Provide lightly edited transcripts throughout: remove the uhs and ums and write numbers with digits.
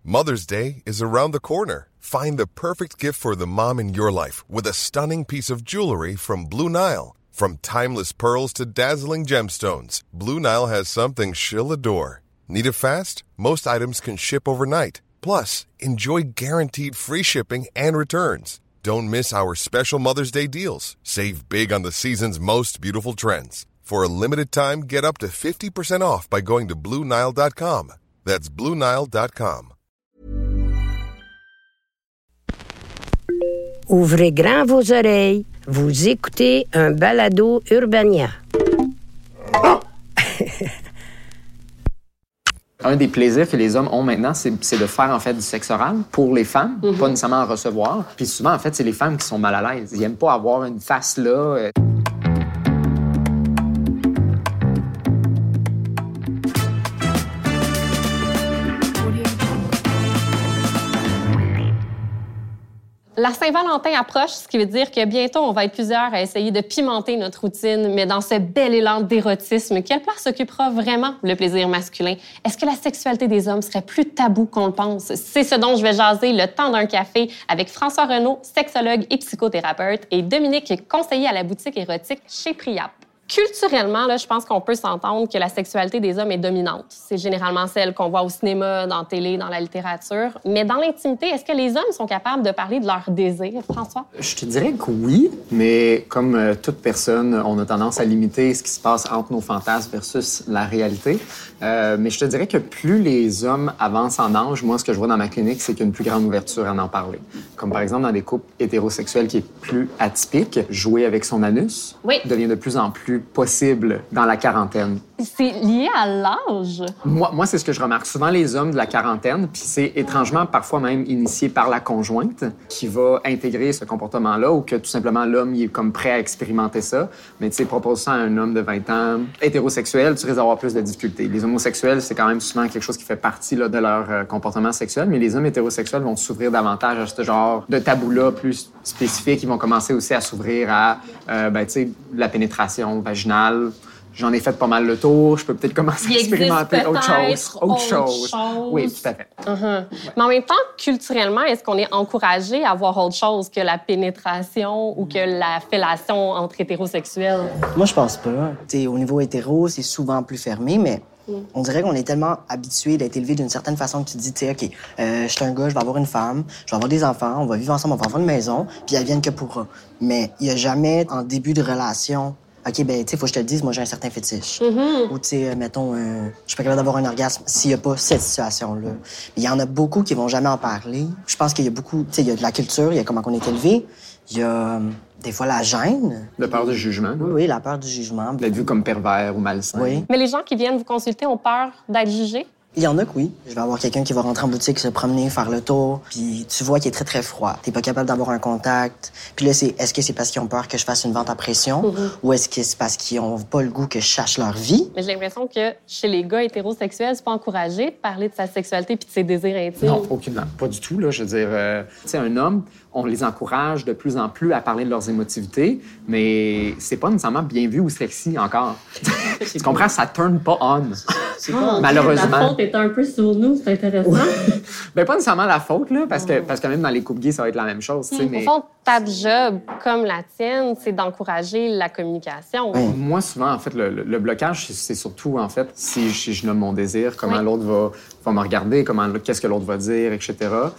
Mother's Day is around the corner. Find the perfect gift for the mom in your life with a stunning piece of jewelry from Blue Nile. From timeless pearls to dazzling gemstones, Blue Nile has something she'll adore. Need it fast? Most items can ship overnight. Plus, enjoy guaranteed free shipping and returns. Don't miss our special Mother's Day deals. Save big on the season's most beautiful trends. For a limited time, get up to 50% off by going to BlueNile.com. That's BlueNile.com. Ouvrez grand vos oreilles. Vous écoutez un balado Urbania. Un des plaisirs que les hommes ont maintenant, c'est de faire en fait du sexe oral pour les femmes, pas nécessairement en recevoir. Puis souvent, en fait, c'est les femmes qui sont mal à l'aise. Ils aiment pas avoir une face là. La Saint-Valentin approche, ce qui veut dire que bientôt, on va être plusieurs à essayer de pimenter notre routine, mais dans ce bel élan d'érotisme, quelle place occupera vraiment le plaisir masculin? Est-ce que la sexualité des hommes serait plus taboue qu'on le pense? C'est ce dont je vais jaser le temps d'un café avec François Renaud, sexologue et psychothérapeute, et Dominique, conseiller à la boutique érotique chez Priap. Culturellement, là, je pense qu'on peut s'entendre que la sexualité des hommes est dominante. C'est généralement celle qu'on voit au cinéma, dans la télé, dans la littérature. Mais dans l'intimité, est-ce que les hommes sont capables de parler de leurs désirs, François? Je te dirais que oui, mais comme toute personne, on a tendance à limiter ce qui se passe entre nos fantasmes versus la réalité. Mais je te dirais que plus les hommes avancent en âge, moi, ce que je vois dans ma clinique, c'est qu'il y a une plus grande ouverture à en parler. Comme par exemple dans des couples hétérosexuels qui est plus atypique, jouer avec son anus devient de plus en plus possible dans la quarantaine. C'est lié à l'âge? Moi, c'est ce que je remarque. Souvent, les hommes de la quarantaine, puis c'est étrangement parfois même initié par la conjointe qui va intégrer ce comportement-là ou que tout simplement l'homme il est comme prêt à expérimenter ça. Mais tu sais, propose ça à un homme de 20 ans hétérosexuel, tu risques d'avoir plus de difficultés. Les homosexuels, c'est quand même souvent quelque chose qui fait partie là, de leur comportement sexuel, mais les hommes hétérosexuels vont s'ouvrir davantage à ce genre de tabou-là plus spécifique. Ils vont commencer aussi à s'ouvrir à tu sais, la pénétration vaginale. J'en ai fait pas mal le tour. Je peux peut-être commencer à expérimenter autre chose. Oui, tout à fait. Mais en même temps, culturellement, est-ce qu'on est encouragé à voir autre chose que la pénétration ou que la fellation entre hétérosexuels? Moi, je pense pas. T'sais, au niveau hétéro, c'est souvent plus fermé, mais on dirait qu'on est tellement habitué d'être élevé d'une certaine façon que tu te dis, tu sais, OK, je suis un gars, je vais avoir une femme, je vais avoir des enfants, on va vivre ensemble, on va avoir une maison, puis elles viennent que pour eux. Mais il y a jamais, en début de relation, OK, ben, tu sais, faut que je te le dise, moi, j'ai un certain fétiche. Ou, tu sais, mettons, je suis pas capable d'avoir un orgasme s'il y a pas cette situation-là. Il y en a beaucoup qui vont jamais en parler. Je pense qu'il y a beaucoup, tu sais, il y a de la culture, il y a comment on est élevé. Il y a, des fois, la gêne. La peur du jugement. Oui, la peur du jugement. D'être vu comme pervers ou malsain. Oui. Mais les gens qui viennent vous consulter ont peur d'être jugés? Il y en a que oui. Je vais avoir quelqu'un qui va rentrer en boutique, se promener, faire le tour, puis tu vois qu'il est très, très froid. T'es pas capable d'avoir un contact. Puis là, est-ce que c'est parce qu'ils ont peur que je fasse une vente à pression ou est-ce que c'est parce qu'ils ont pas le goût que je cherche leur vie? Mais j'ai l'impression que chez les gars hétérosexuels, c'est pas encouragé de parler de sa sexualité puis de ses désirs intimes. Non, aucunement. Pas du tout, là. Je veux dire, tu sais, un homme, on les encourage de plus en plus à parler de leurs émotivités, mais c'est pas nécessairement bien vu ou sexy encore. Tu comprends? Ça turn pas on. Malheureusement. La faute est un peu sur nous, c'est intéressant. Ben pas nécessairement la faute, là, parce que même dans les couples gays, ça va être la même chose. Mais... Au fond, ta job, comme la tienne, c'est d'encourager la communication. Moi, souvent, en fait, le blocage, c'est surtout, en fait, si je nomme mon désir, comment l'autre va me regarder, qu'est-ce que l'autre va dire, etc.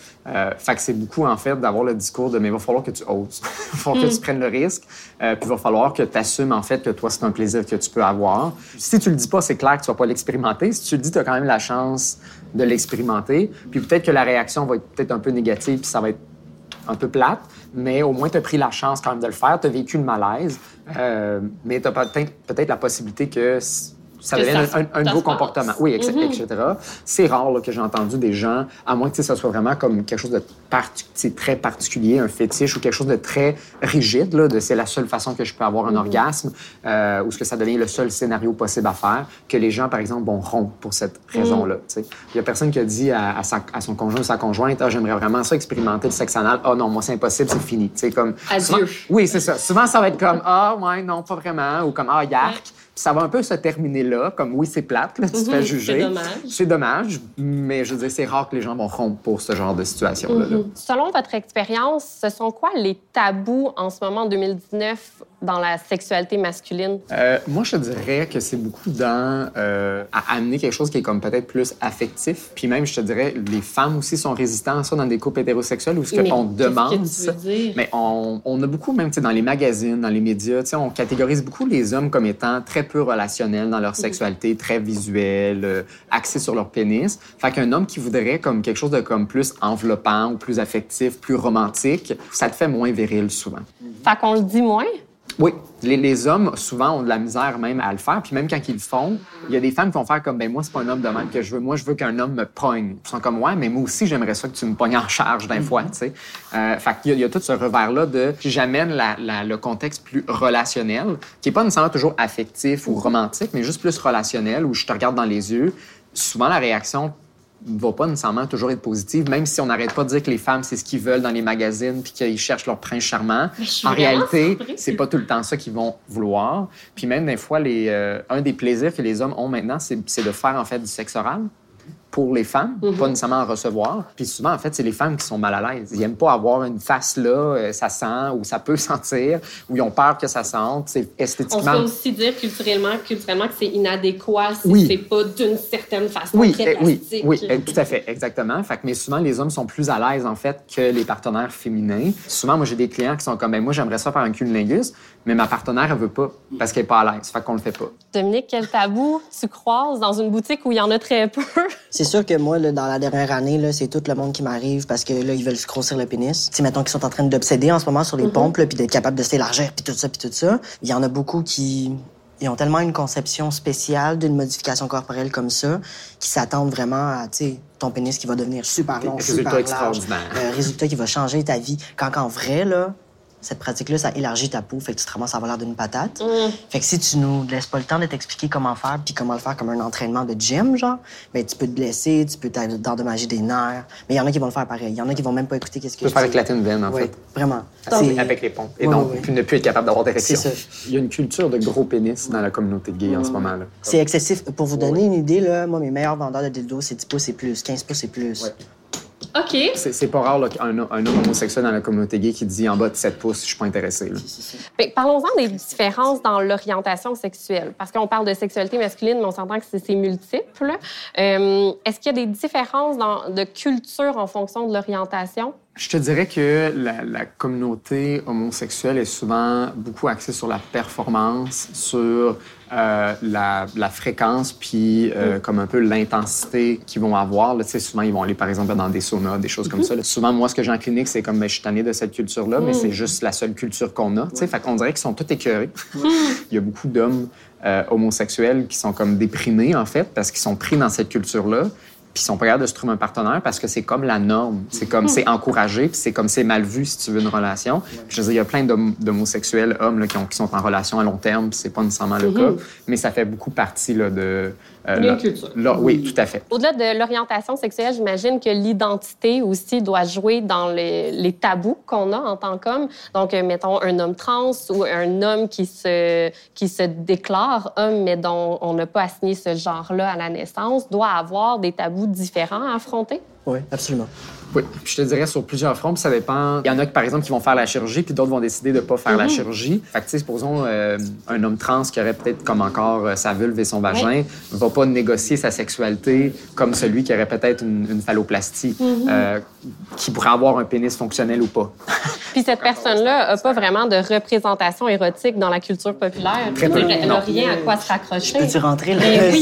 Fait que c'est beaucoup, en fait, d'avoir le discours de « mais il va falloir que tu oses. Il va falloir que tu prennes le risque. Puis il va falloir que tu assumes, en fait, que toi, c'est un plaisir que tu peux avoir. Si tu le dis pas, c'est clair que tu vas pas l'expérimenter. Si tu le dis, tu as quand même la chance de l'expérimenter. Puis peut-être que la réaction va être peut-être un peu négative, puis ça va être un peu plate, mais au moins, tu as pris la chance quand même de le faire. Tu as vécu le malaise, mais tu as peut-être la possibilité que ça devienne un nouveau comportement. Oui, etc. C'est rare là, que j'ai entendu des gens, à moins que ça soit vraiment comme quelque chose de très particulier, un fétiche ou quelque chose de très rigide, là, de c'est la seule façon que je peux avoir un orgasme, ou ce que ça devient le seul scénario possible à faire, que les gens, par exemple, vont rompre pour cette raison-là. Il y a personne qui a dit à son conjoint ou sa conjointe « Ah, j'aimerais vraiment ça, expérimenter le sexe anal. Ah non, moi, c'est impossible, c'est fini. » Comme, Adieu. Souvent, oui, c'est ça. Souvent, ça va être comme « Ah, ouais, non, pas vraiment. » ou comme « Ah, yark. » ça va un peu se terminer là, comme oui, c'est plate, là, tu te fais juger. C'est dommage, mais je veux dire, c'est rare que les gens vont rompre pour ce genre de situation-là. Là. Selon votre expérience, ce sont quoi les tabous en ce moment, en 2019, dans la sexualité masculine? Moi, je te dirais que c'est beaucoup à amener quelque chose qui est comme peut-être plus affectif. Puis même, je te dirais, les femmes aussi sont résistantes à ça dans des couples hétérosexuels où on demande ça. Mais on a beaucoup, même dans les magazines, dans les médias, on catégorise beaucoup les hommes comme étant très peu relationnels dans leur sexualité, très visuels, axés sur leur pénis. Fait qu'un homme qui voudrait comme quelque chose de comme plus enveloppant ou plus affectif, plus romantique, ça te fait moins viril souvent. Fait qu'on le dit moins? Oui, les hommes, souvent, ont de la misère même à le faire. Puis même quand ils le font, il y a des femmes qui vont faire comme, ben moi, c'est pas un homme de même que je veux. Moi, je veux qu'un homme me pogne. Ils sont comme, ouais, mais moi aussi, j'aimerais ça que tu me pognes en charge d'un fois, tu sais. Fait qu'il y a tout ce revers-là de, j'amène le contexte plus relationnel, qui est pas nécessairement toujours affectif ou romantique, mais juste plus relationnel, où je te regarde dans les yeux. Souvent, la réaction va pas nécessairement toujours être positive, même si on n'arrête pas de dire que les femmes, c'est ce qu'ils veulent dans les magazines puis qu'ils cherchent leur prince charmant. En réalité, c'est pas tout le temps ça qu'ils vont vouloir. Puis même, des fois, un des plaisirs que les hommes ont maintenant, c'est de faire, en fait, du sexe oral pour les femmes, pas nécessairement en recevoir. Puis souvent, en fait, c'est les femmes qui sont mal à l'aise. Ils aiment pas avoir une face là, ça sent ou ça peut sentir, ou ils ont peur que ça sente. C'est esthétiquement... On peut aussi dire culturellement que c'est inadéquat si c'est pas d'une certaine façon très plastique. Oui, tout à fait, exactement. Fait que, mais souvent, les hommes sont plus à l'aise, en fait, que les partenaires féminins. Souvent, moi, j'ai des clients qui sont comme, ben moi, j'aimerais ça faire un cunnilingus, mais ma partenaire, elle veut pas parce qu'elle est pas à l'aise. Fait qu'on le fait pas. Dominique, quel tabou tu croises dans une boutique où il y en a très peu? C'est sûr que moi, là, dans la dernière année, là, c'est tout le monde qui m'arrive parce que là, ils veulent se grossir le pénis. T'sais, mettons qu'ils sont en train d'obséder en ce moment sur les pompes, puis d'être capables de s'élargir, puis tout ça. Il y en a beaucoup qui... Ils ont tellement une conception spéciale d'une modification corporelle comme ça qu'ils s'attendent vraiment à, tu sais, ton pénis qui va devenir super long, super large. Résultat qui va changer ta vie. Quand en vrai, là, cette pratique-là, ça élargit ta peau, fait que tu te ramasses à avoir l'air d'une patate. Fait que si tu nous laisses pas le temps de t'expliquer comment faire, puis comment le faire comme un entraînement de gym, genre, ben tu peux te blesser, tu peux t'endommager des nerfs. Mais il y en a qui vont le faire pareil. Il y en a qui vont même pas écouter qu'est-ce que tu peux faire éclater une veine, en fait. Vraiment. Avec les pompes. Et donc, puis ne plus être capable d'avoir d'érection. C'est ça. Il y a une culture de gros pénis dans la communauté gay en ce moment-là. C'est excessif. Pour vous donner une idée, là, moi, mes meilleurs vendeurs de dildos, c'est 10 pouces et plus, 15 pouces et plus. Ouais. OK. C'est pas rare qu'un homme homosexuel dans la communauté gay qui dit en bas de 7 pouces, je suis pas intéressé. Bien, parlons-en des différences dans l'orientation sexuelle. Parce qu'on parle de sexualité masculine, mais on s'entend que c'est multiple. Est-ce qu'il y a des différences de culture en fonction de l'orientation? Je te dirais que la communauté homosexuelle est souvent beaucoup axée sur la performance, sur la fréquence, puis comme un peu l'intensité qu'ils vont avoir. Là, souvent, ils vont aller, par exemple, dans des saunas, des choses comme ça. Là. Souvent, moi, ce que j'ai en clinique, c'est comme, je suis tanné de cette culture-là, mais c'est juste la seule culture qu'on a. Fait qu'on dirait qu'ils sont tous écœurés. Il y a beaucoup d'hommes homosexuels qui sont comme déprimés, en fait, parce qu'ils sont pris dans cette culture-là. Puis ils sont pas capables de se trouver un partenaire parce que c'est comme la norme. C'est comme c'est encouragé, puis c'est comme c'est mal vu si tu veux une relation. Puis je veux dire, il y a plein d'homosexuels hommes là, qui sont en relation à long terme, puis c'est pas nécessairement le cas, mais ça fait beaucoup partie là, de... culture. Oui, tout à fait. Au-delà de l'orientation sexuelle, j'imagine que l'identité aussi doit jouer dans les tabous qu'on a en tant qu'homme. Donc, mettons, un homme trans ou un homme qui se déclare homme, mais dont on n'a pas assigné ce genre-là à la naissance, doit avoir des tabous différents à affronter? Oui, absolument. Oui, puis je te dirais sur plusieurs fronts, puis ça dépend. Il y en a qui, par exemple, qui vont faire la chirurgie, puis d'autres vont décider de ne pas faire la chirurgie. Fait que, tu sais, supposons un homme trans qui aurait peut-être comme encore sa vulve et son vagin, va pas négocier sa sexualité comme celui qui aurait peut-être une phalloplastie, qui pourrait avoir un pénis fonctionnel ou pas. Puis cette personne-là n'a pas vraiment de représentation érotique dans la culture populaire. Très peu. Elle n'a rien à quoi se raccrocher. Peux-tu rentrer là? Oui.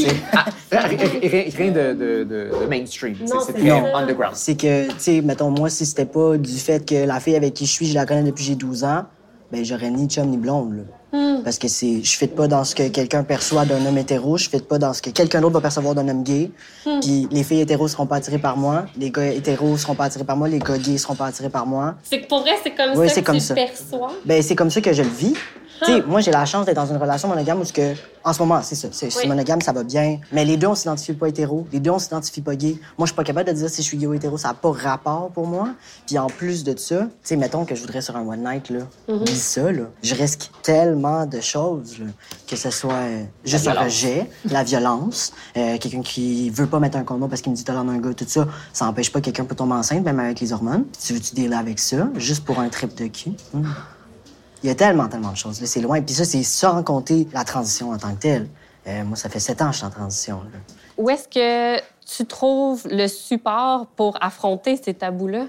Rien de mainstream. C'est plus underground. C'est que, tu sais, mettons, moi, si c'était pas du fait que la fille avec qui je suis, je la connais depuis que j'ai 12 ans, ben j'aurais ni chum ni blonde, là. Parce que je fit pas dans ce que quelqu'un perçoit d'un homme hétéro, je fit pas dans ce que quelqu'un d'autre va percevoir d'un homme gay. Puis les filles hétéros seront pas attirées par moi, les gars hétéros seront pas attirés par moi, les gars gays seront pas attirés par moi. C'est que pour vrai, c'est comme oui, ça c'est que comme tu ça. perçois? Ben c'est comme ça que je le vis. Tu sais, moi, j'ai la chance d'être dans une relation monogame où en ce moment, c'est ça. C'est monogame, ça va bien. Mais les deux, on s'identifie pas hétéro. Les deux, on s'identifie pas gay. Moi, je suis pas capable de dire si je suis gay ou hétéro. Ça n'a pas rapport pour moi. Puis en plus de ça, tu sais, mettons que je voudrais sur un one night, là. Dis ça, là. Je risque tellement de choses, là, que ce soit juste un rejet, la violence, quelqu'un qui veut pas mettre un condom parce qu'il me dit t'as l'air d'un gars, tout ça. Ça empêche pas que quelqu'un peut tomber enceinte, même avec les hormones. Puis tu veux-tu dealer avec ça, juste pour un trip de cul? Il y a tellement de choses. Là, c'est loin. Puis ça, c'est sans compter la transition en tant que telle. Moi, ça fait 7 ans que je suis en transition. Là. Où est-ce que tu trouves le support pour affronter ces tabous-là?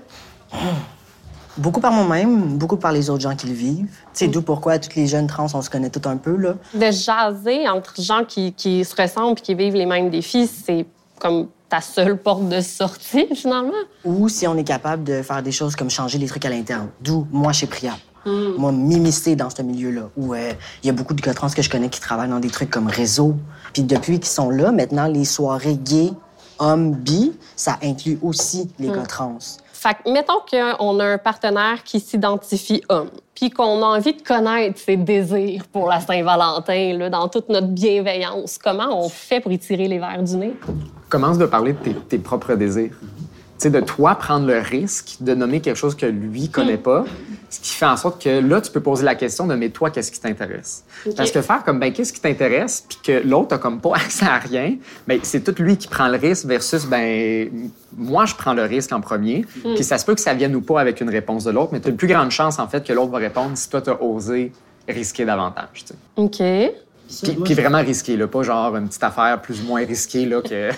Beaucoup par moi-même, beaucoup par les autres gens qui le vivent. Tu sais, d'où pourquoi toutes les jeunes trans, on se connaît tout un peu, là. De jaser entre gens qui se ressemblent et qui vivent les mêmes défis, c'est comme ta seule porte de sortie, finalement? Ou si on est capable de faire des choses comme changer les trucs à l'interne. D'où, moi, chez Priap. Moi, m'immiscer dans ce milieu-là, où il y a beaucoup de gars trans que je connais qui travaillent dans des trucs comme réseau. Puis depuis qu'ils sont là, maintenant, les soirées gays, hommes, bi, ça inclut aussi les gars trans. Fait que, mettons qu'on a un partenaire qui s'identifie homme, puis qu'on a envie de connaître ses désirs pour la Saint-Valentin, là, dans toute notre bienveillance. Comment on fait pour y tirer les verres du nez? Commence de parler de tes propres désirs. Tu sais, de toi prendre le risque de nommer quelque chose que lui connaît pas, ce qui fait en sorte que là, tu peux poser la question de « mais toi, qu'est-ce qui t'intéresse? Okay. » Parce que faire comme « ben qu'est-ce qui t'intéresse? » puis que l'autre a comme pas accès à rien, ben c'est tout lui qui prend le risque versus « ben moi, je prends le risque en premier. » Puis ça se peut que ça vienne ou pas avec une réponse de l'autre, mais tu as une plus grande chance, en fait, que l'autre va répondre si toi, tu as osé risquer davantage. Tu sais. OK. Puis vraiment risqué, là, pas genre une petite affaire plus ou moins risquée, là, que...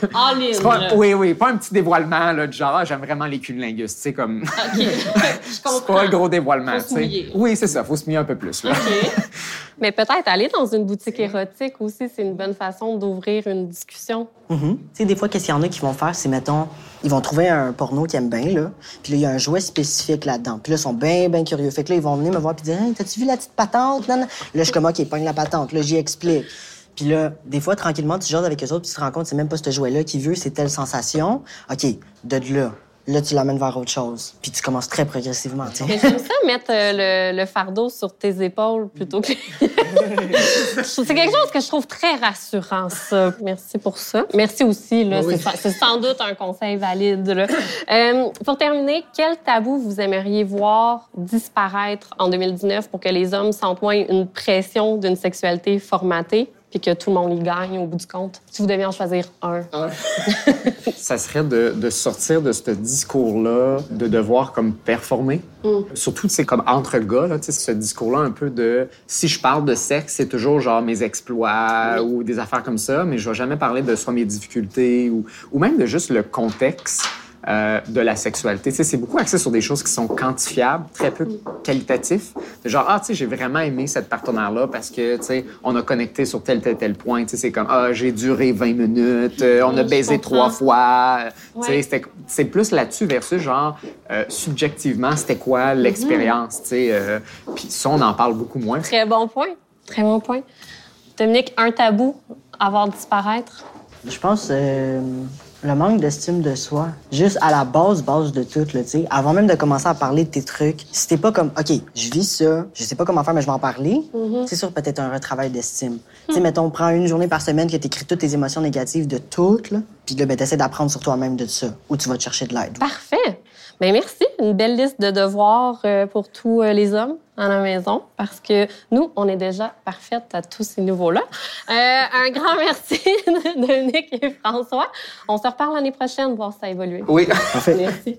Oui, pas un petit dévoilement, là, du genre, j'aime vraiment les cunnilingus, tu sais, comme... OK, je comprends. C'est pas un gros dévoilement, tu sais. Oui, c'est ça, faut se mouiller un peu plus, là. OK. Mais peut-être aller dans une boutique érotique aussi, c'est une bonne façon d'ouvrir une discussion. Tu sais, des fois, qu'est-ce qu'il y en a qui vont faire, c'est, mettons, ils vont trouver un porno qu'ils aiment bien, là, puis là, il y a un jouet spécifique là-dedans. Puis là, ils sont bien curieux. Fait que là, ils vont venir me voir puis dire « Hey, t'as-tu vu la petite patente? » Là, je suis comme « OK, pogne la patente. » Là, j'y explique. Puis là, des fois, tranquillement, tu jases avec eux autres puis tu te rends compte que c'est même pas ce jouet-là qui veut, c'est telle sensation. OK, de là. Là, tu l'amènes vers autre chose. Puis tu commences très progressivement, tu sais. J'aime ça, mettre le fardeau sur tes épaules plutôt que... C'est quelque chose que je trouve très rassurant, ça. Merci pour ça. Merci aussi, là. Oui. C'est sans doute un conseil valide, là. Pour terminer, quel tabou vous aimeriez voir disparaître en 2019 pour que les hommes sentent moins une pression d'une sexualité formatée? Puis que tout le monde y gagne au bout du compte. Si vous deviez en choisir un. Ça serait de sortir de ce discours-là, de devoir comme performer. Surtout, c'est comme entre gars, là, ce discours-là un peu de si je parle de sexe, c'est toujours genre mes exploits ou des affaires comme ça, mais je vais jamais parler de soit mes difficultés ou même de juste le contexte. De la sexualité. Tu sais, c'est beaucoup axé sur des choses qui sont quantifiables, très peu qualitatifs. Genre, tu sais, j'ai vraiment aimé cette partenaire-là parce que, tu sais, on a connecté sur tel point. Tu sais, c'est comme, j'ai duré 20 minutes, on a baisé 3 fois. Tu sais, c'est plus là-dessus versus, genre, subjectivement, c'était quoi l'expérience, tu sais. Puis ça, on en parle beaucoup moins. Très bon point. Très bon point. Dominique, un tabou à voir disparaître? Je pense... le manque d'estime de soi, juste à la base de tout, là, tu sais, avant même de commencer à parler de tes trucs, si t'es pas comme, OK, je vis ça, je sais pas comment faire, mais je vais en parler, c'est sûr, peut-être un retravail d'estime. Tu sais, mettons, prends une journée par semaine que t'écris toutes tes émotions négatives de toutes, là, puis là, ben, t'essaies d'apprendre sur toi-même de ça, ou tu vas te chercher de l'aide. Parfait. Bien, merci. Une belle liste de devoirs pour tous les hommes à la maison, parce que nous, on est déjà parfaites à tous ces niveaux-là. Un grand merci de Dominique et François. On se reparle l'année prochaine, voir si ça a évolué. Oui, parfait. Merci.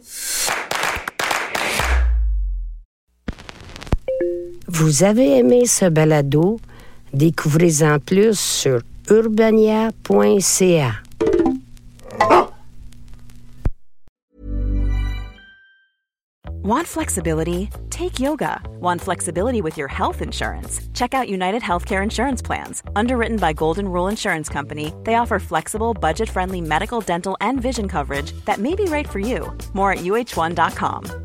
Vous avez aimé ce balado? Découvrez-en plus sur urbania.ca. Want flexibility? Take yoga. Want flexibility with your health insurance? Check out United Healthcare Insurance Plans. Underwritten by Golden Rule Insurance Company, they offer flexible, budget-friendly medical, dental, and vision coverage that may be right for you. More at uh1.com.